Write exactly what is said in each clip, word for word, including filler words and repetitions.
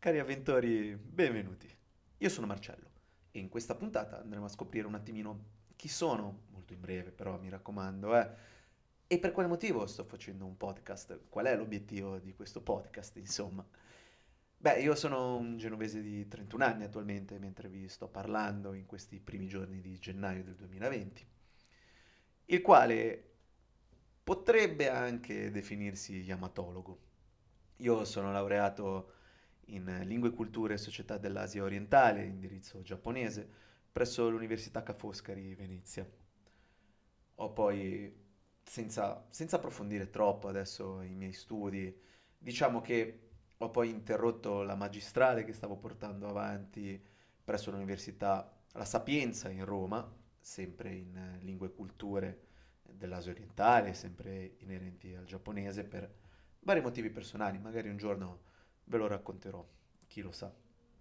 Cari avventori, benvenuti. Io sono Marcello e in questa puntata andremo a scoprire un attimino chi sono, molto in breve però mi raccomando, eh, e per quale motivo sto facendo un podcast, qual è l'obiettivo di questo podcast, insomma. Beh, io sono un genovese di trentuno anni attualmente, mentre vi sto parlando in questi primi giorni di gennaio del duemilaventi, il quale potrebbe anche definirsi yamatologo. Io sono laureato in Lingue, Culture e Società dell'Asia Orientale, indirizzo giapponese, presso l'Università Ca' Foscari Venezia. Ho poi, senza, senza approfondire troppo adesso i miei studi, diciamo che ho poi interrotto la magistrale che stavo portando avanti presso l'Università La Sapienza in Roma, sempre in eh, Lingue e Culture dell'Asia Orientale, sempre inerenti al giapponese, per vari motivi personali, magari un giorno ve lo racconterò, chi lo sa.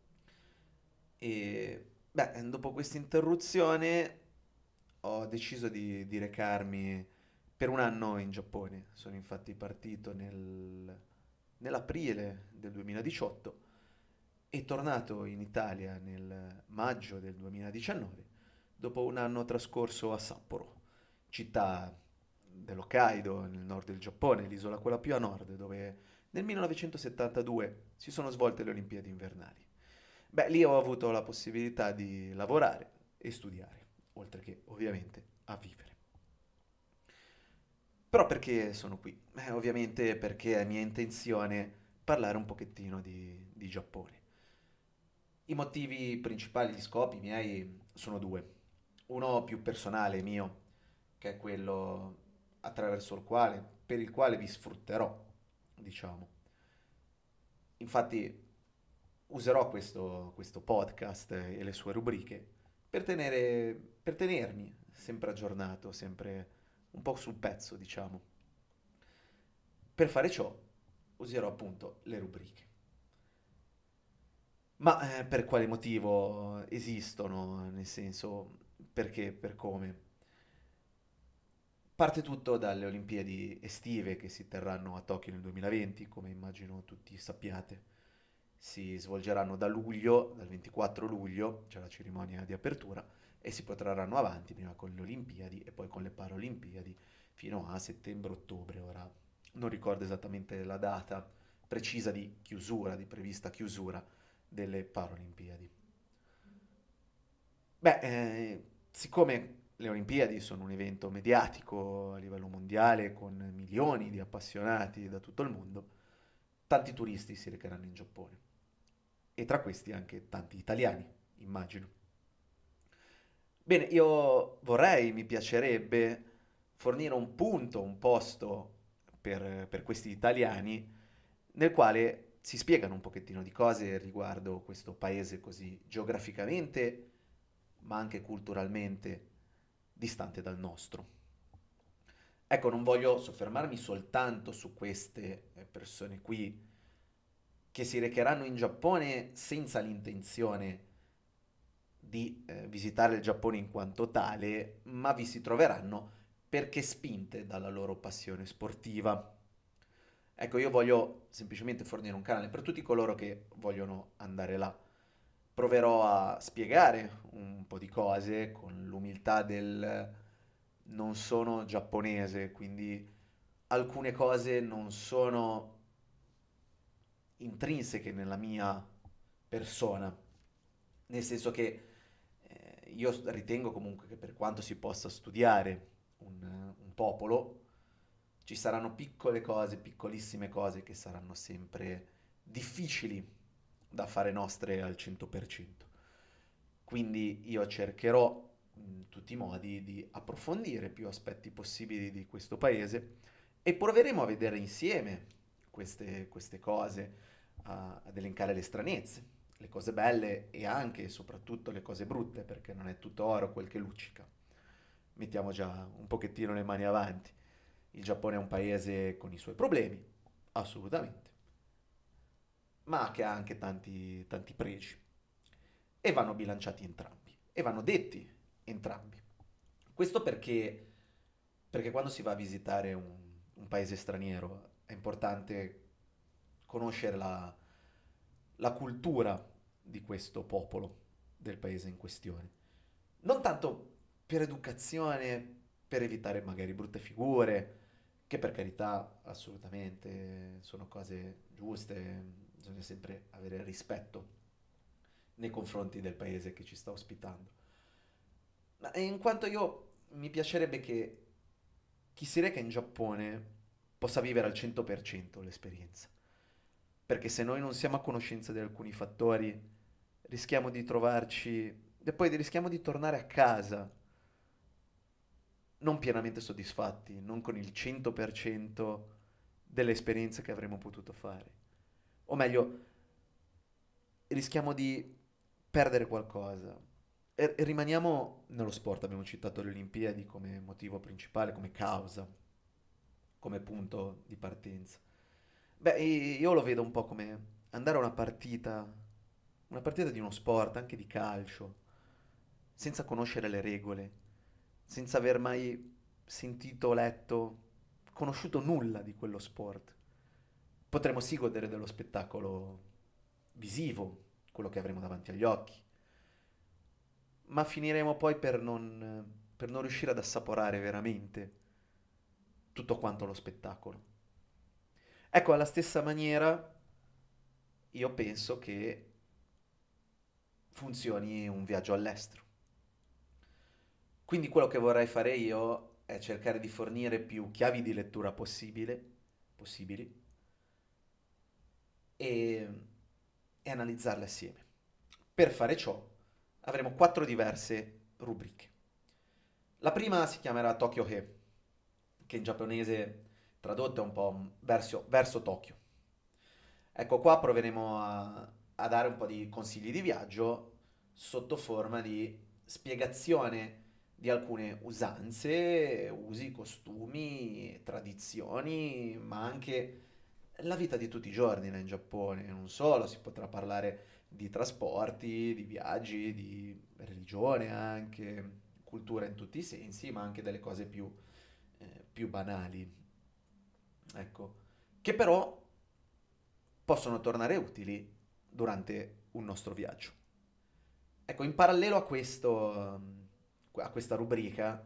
E beh, dopo questa interruzione ho deciso di, di recarmi per un anno in Giappone. Sono infatti partito nel- nell'aprile del duemiladiciotto e tornato in Italia nel maggio del duemiladiciannove, dopo un anno trascorso a Sapporo, città dell'Hokkaido, nel nord del Giappone, l'isola quella più a nord, dove nel millenovecentosettantadue si sono svolte le Olimpiadi invernali. Beh, lì ho avuto la possibilità di lavorare e studiare, oltre che ovviamente a vivere. Però perché sono qui? Eh, ovviamente perché è mia intenzione parlare un pochettino di, di Giappone. I motivi principali, gli scopi miei sono due. Uno più personale mio, che è quello attraverso il quale, per il quale vi sfrutterò, diciamo. Infatti userò questo, questo podcast e le sue rubriche per tenere, per tenermi sempre aggiornato, sempre un po' sul pezzo, diciamo. Per fare ciò userò appunto le rubriche. Ma eh, per quale motivo esistono? Nel senso, perché, per come? Parte tutto dalle Olimpiadi estive che si terranno a Tokyo nel duemilaventi, come immagino tutti sappiate. Si svolgeranno da luglio, dal ventiquattro luglio, c'è la cerimonia di apertura, e si protrarranno avanti prima con le Olimpiadi e poi con le Paralimpiadi fino a settembre-ottobre. Ora non ricordo esattamente la data precisa di chiusura, di prevista chiusura delle Paralimpiadi. Beh, eh, siccome le Olimpiadi sono un evento mediatico a livello mondiale con milioni di appassionati da tutto il mondo, tanti turisti si recheranno in Giappone e tra questi anche tanti italiani, immagino. Bene, io vorrei, mi piacerebbe fornire un punto, un posto per, per questi italiani nel quale si spiegano un pochettino di cose riguardo questo paese così geograficamente, ma anche culturalmente distante dal nostro. Ecco, non voglio soffermarmi soltanto su queste eh, persone qui che si recheranno in Giappone senza l'intenzione di eh, visitare il Giappone in quanto tale, ma vi si troveranno perché spinte dalla loro passione sportiva. Ecco, io voglio semplicemente fornire un canale per tutti coloro che vogliono andare là. Proverò a spiegare un po' di cose con l'umiltà del non sono giapponese, quindi alcune cose non sono intrinseche nella mia persona, nel senso che eh, io ritengo comunque che per quanto si possa studiare un, un popolo, ci saranno piccole cose, piccolissime cose che saranno sempre difficili da fare nostre al cento per cento. Quindi io cercherò in tutti i modi di approfondire più aspetti possibili di questo paese e proveremo a vedere insieme queste, queste cose, a- ad elencare le stranezze, le cose belle e anche e soprattutto le cose brutte, perché non è tutto oro quel che luccica. Mettiamo già un pochettino le mani avanti. Il Giappone è un paese con i suoi problemi, assolutamente, ma che ha anche tanti, tanti pregi e vanno bilanciati entrambi e vanno detti entrambi. Questo perché, perché quando si va a visitare un, un paese straniero è importante conoscere la, la cultura di questo popolo, del paese in questione. Non tanto per educazione, per evitare magari brutte figure, che per carità assolutamente sono cose giuste, bisogna sempre avere rispetto nei confronti del paese che ci sta ospitando. Ma in quanto io mi piacerebbe che chi si reca in Giappone possa vivere al cento per cento l'esperienza. Perché se noi non siamo a conoscenza di alcuni fattori, rischiamo di trovarci e poi rischiamo di tornare a casa non pienamente soddisfatti, non con il cento per cento delle esperienze che avremmo potuto fare. O meglio, rischiamo di perdere qualcosa. E e rimaniamo nello sport, abbiamo citato le Olimpiadi come motivo principale, come causa, come punto di partenza. Beh, io lo vedo un po' come andare a una partita, una partita di uno sport, anche di calcio, senza conoscere le regole, senza aver mai sentito, letto, conosciuto nulla di quello sport. Potremmo sì godere dello spettacolo visivo, quello che avremo davanti agli occhi, ma finiremo poi per non, per non riuscire ad assaporare veramente tutto quanto lo spettacolo. Ecco, alla stessa maniera io penso che funzioni un viaggio all'estero. Quindi quello che vorrei fare io è cercare di fornire più chiavi di lettura possibile, possibili e, e analizzarle assieme. Per fare ciò avremo quattro diverse rubriche. La prima si chiamerà Tokyo He, che in giapponese tradotto è un po' verso, verso Tokyo. Ecco, qua proveremo a, a dare un po' di consigli di viaggio sotto forma di spiegazione di alcune usanze, usi, costumi, tradizioni, ma anche la vita di tutti i giorni là in Giappone. Non solo, si potrà parlare di trasporti, di viaggi, di religione anche, cultura in tutti i sensi, ma anche delle cose più, eh, più banali. Ecco, che però possono tornare utili durante un nostro viaggio. Ecco, in parallelo a questo, ehm, a questa rubrica,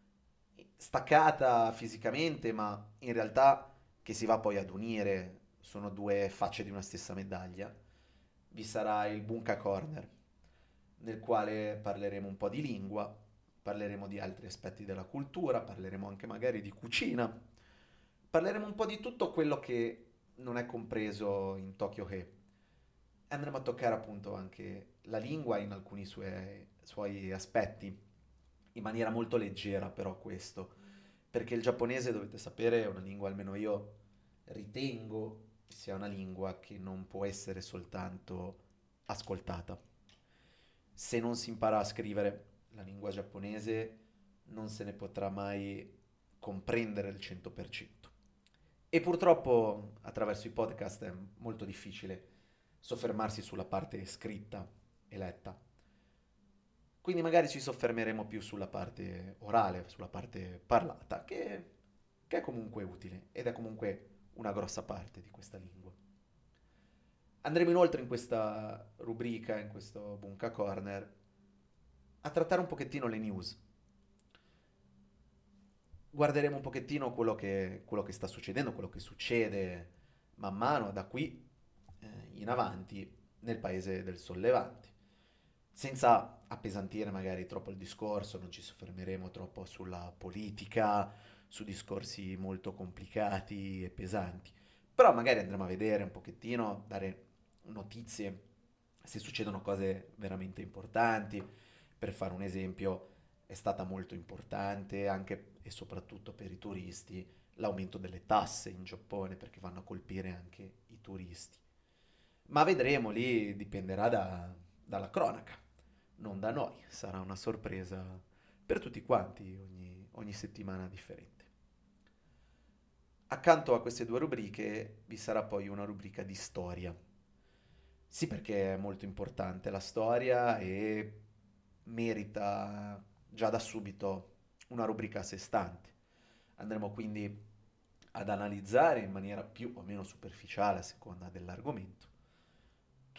staccata fisicamente, ma in realtà che si va poi ad unire, sono due facce di una stessa medaglia, vi sarà il Bunka Corner, nel quale parleremo un po' di lingua, parleremo di altri aspetti della cultura, parleremo anche magari di cucina, parleremo un po' di tutto quello che non è compreso in Tokyo He. Andremo a toccare appunto anche la lingua in alcuni suoi, suoi aspetti, in maniera molto leggera però questo, perché il giapponese, dovete sapere, è una lingua, almeno io ritengo, sia una lingua che non può essere soltanto ascoltata. Se non si impara a scrivere la lingua giapponese, non se ne potrà mai comprendere il cento per cento. E purtroppo attraverso i podcast è molto difficile soffermarsi sulla parte scritta e letta. Quindi magari ci soffermeremo più sulla parte orale, sulla parte parlata, che, che è comunque utile ed è comunque una grossa parte di questa lingua. Andremo inoltre in questa rubrica, in questo Bunka Corner, a trattare un pochettino le news. Guarderemo un pochettino quello che, quello che sta succedendo, quello che succede man mano da qui eh, in avanti nel paese del Sollevante. Senza appesantire magari troppo il discorso, non ci soffermeremo troppo sulla politica, su discorsi molto complicati e pesanti. Però magari andremo a vedere un pochettino, dare notizie se succedono cose veramente importanti. Per fare un esempio, è stata molto importante anche e soprattutto per i turisti l'aumento delle tasse in Giappone perché vanno a colpire anche i turisti. Ma vedremo, lì dipenderà da- dalla cronaca, non da noi, sarà una sorpresa per tutti quanti ogni, ogni settimana differente. Accanto a queste due rubriche vi sarà poi una rubrica di storia. Sì, perché è molto importante la storia e merita già da subito una rubrica a sé stante. Andremo quindi ad analizzare in maniera più o meno superficiale a seconda dell'argomento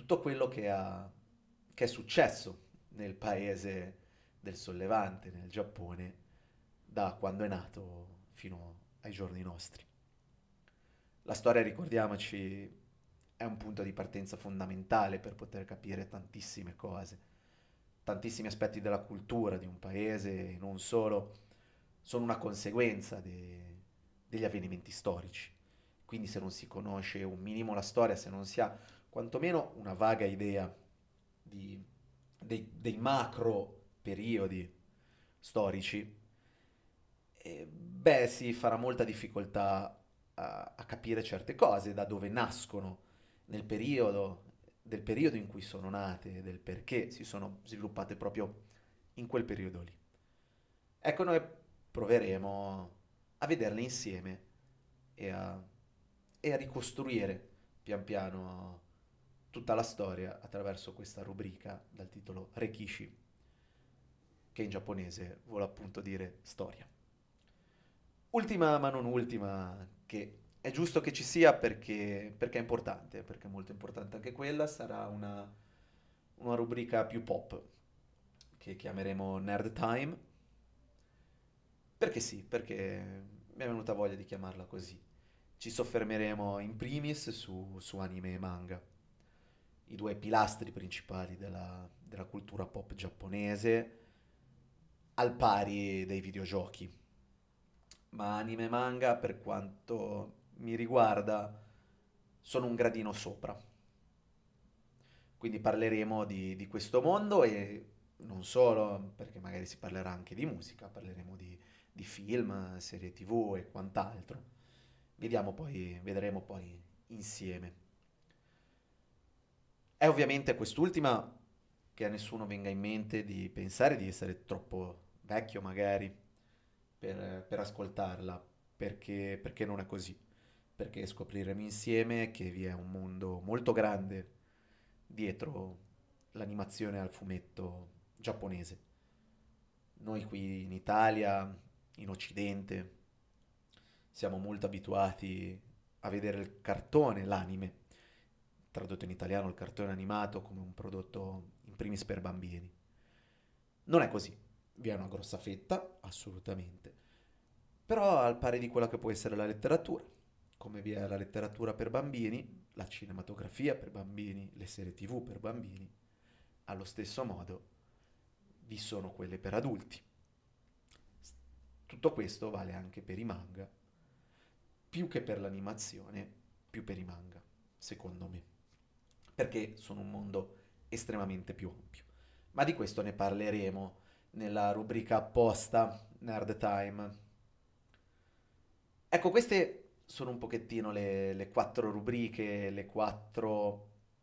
tutto quello che, ha, che è successo nel paese del sollevante, nel Giappone, da quando è nato fino ai giorni nostri. La storia, ricordiamoci, è un punto di partenza fondamentale per poter capire tantissime cose, tantissimi aspetti della cultura di un paese e non solo, sono una conseguenza de- degli avvenimenti storici. Quindi se non si conosce un minimo la storia, se non si ha quantomeno una vaga idea di- dei, dei macro periodi storici, eh, beh, si farà molta difficoltà a, a capire certe cose, da dove nascono, nel periodo, del periodo in cui sono nate, del perché si sono sviluppate proprio in quel periodo lì. Ecco, noi proveremo a vederle insieme e a, e a ricostruire pian piano tutta la storia attraverso questa rubrica dal titolo Rekishi, che in giapponese vuole appunto dire storia. Ultima ma non ultima, che è giusto che ci sia perché, perché è importante, perché è molto importante anche quella, sarà una, una rubrica più pop, che chiameremo Nerd Time, perché sì, perché mi è venuta voglia di chiamarla così. Ci soffermeremo in primis su, su anime e manga, i due pilastri principali della, della cultura pop giapponese, al pari dei videogiochi. Ma anime e manga, per quanto mi riguarda, sono un gradino sopra. Quindi parleremo di, di questo mondo e non solo, perché magari si parlerà anche di musica, parleremo di, di film, serie T V e quant'altro. Vediamo poi, vedremo poi insieme. È ovviamente quest'ultima che a nessuno venga in mente di pensare di essere troppo vecchio magari per, per ascoltarla, perché, perché non è così. Perché scopriremo insieme che vi è un mondo molto grande dietro l'animazione al fumetto giapponese. Noi qui in Italia, in Occidente, siamo molto abituati a vedere il cartone, l'anime, tradotto in italiano il cartone animato come un prodotto in primis per bambini. Non è così, vi è una grossa fetta, assolutamente, però al pari di quella che può essere la letteratura, come vi è la letteratura per bambini, la cinematografia per bambini, le serie T V per bambini, allo stesso modo vi sono quelle per adulti. Tutto questo vale anche per i manga, più che per l'animazione, più per i manga, secondo me, perché sono un mondo estremamente più ampio. Ma di questo ne parleremo nella rubrica apposta Nerd Time. Ecco, queste sono un pochettino le, le quattro rubriche, le quattro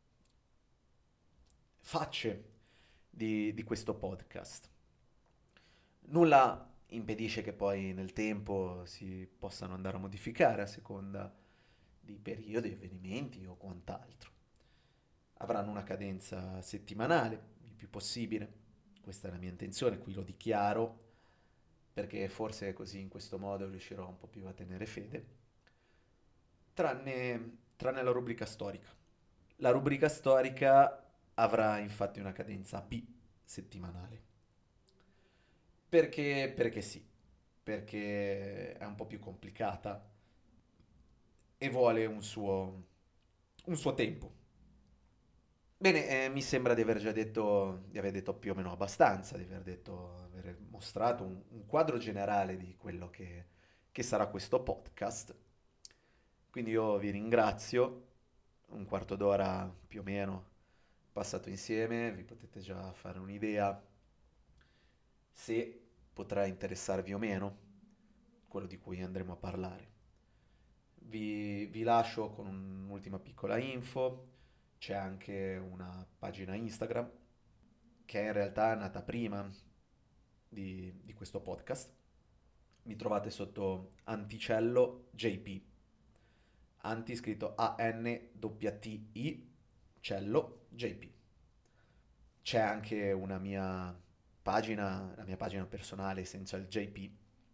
facce di, di questo podcast. Nulla impedisce che poi nel tempo si possano andare a modificare a seconda di periodi, avvenimenti o quant'altro. Avranno una cadenza settimanale, il più possibile. Questa è la mia intenzione, qui lo dichiaro, perché forse così in questo modo riuscirò un po' più a tenere fede. Tranne, tranne la rubrica storica. La rubrica storica avrà infatti una cadenza B settimanale. Perché, perché sì, perché è un po' più complicata e vuole un suo, un suo tempo. Bene, eh, mi sembra di aver già detto, di aver detto più o meno abbastanza, di aver detto, aver mostrato un, un quadro generale di quello che, che sarà questo podcast. Quindi io vi ringrazio, un quarto d'ora più o meno passato insieme, vi potete già fare un'idea se potrà interessarvi o meno quello di cui andremo a parlare. Vi, vi lascio con un'ultima piccola info, c'è anche una pagina Instagram che è in realtà nata prima di, di questo podcast. Mi trovate sotto Anticello J P, Anti scritto A N T T I, Cello J P. C'è anche una mia pagina, la mia pagina personale Essential J P.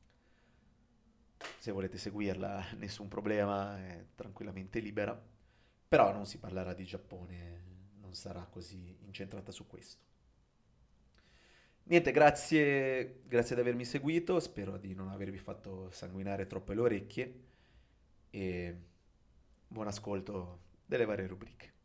Se volete seguirla, nessun problema, è tranquillamente libera. Però non si parlerà di Giappone, non, non sarà così incentrata su questo. Niente, grazie, grazie di avermi seguito, spero di non avervi fatto sanguinare troppo le orecchie e buon ascolto delle varie rubriche.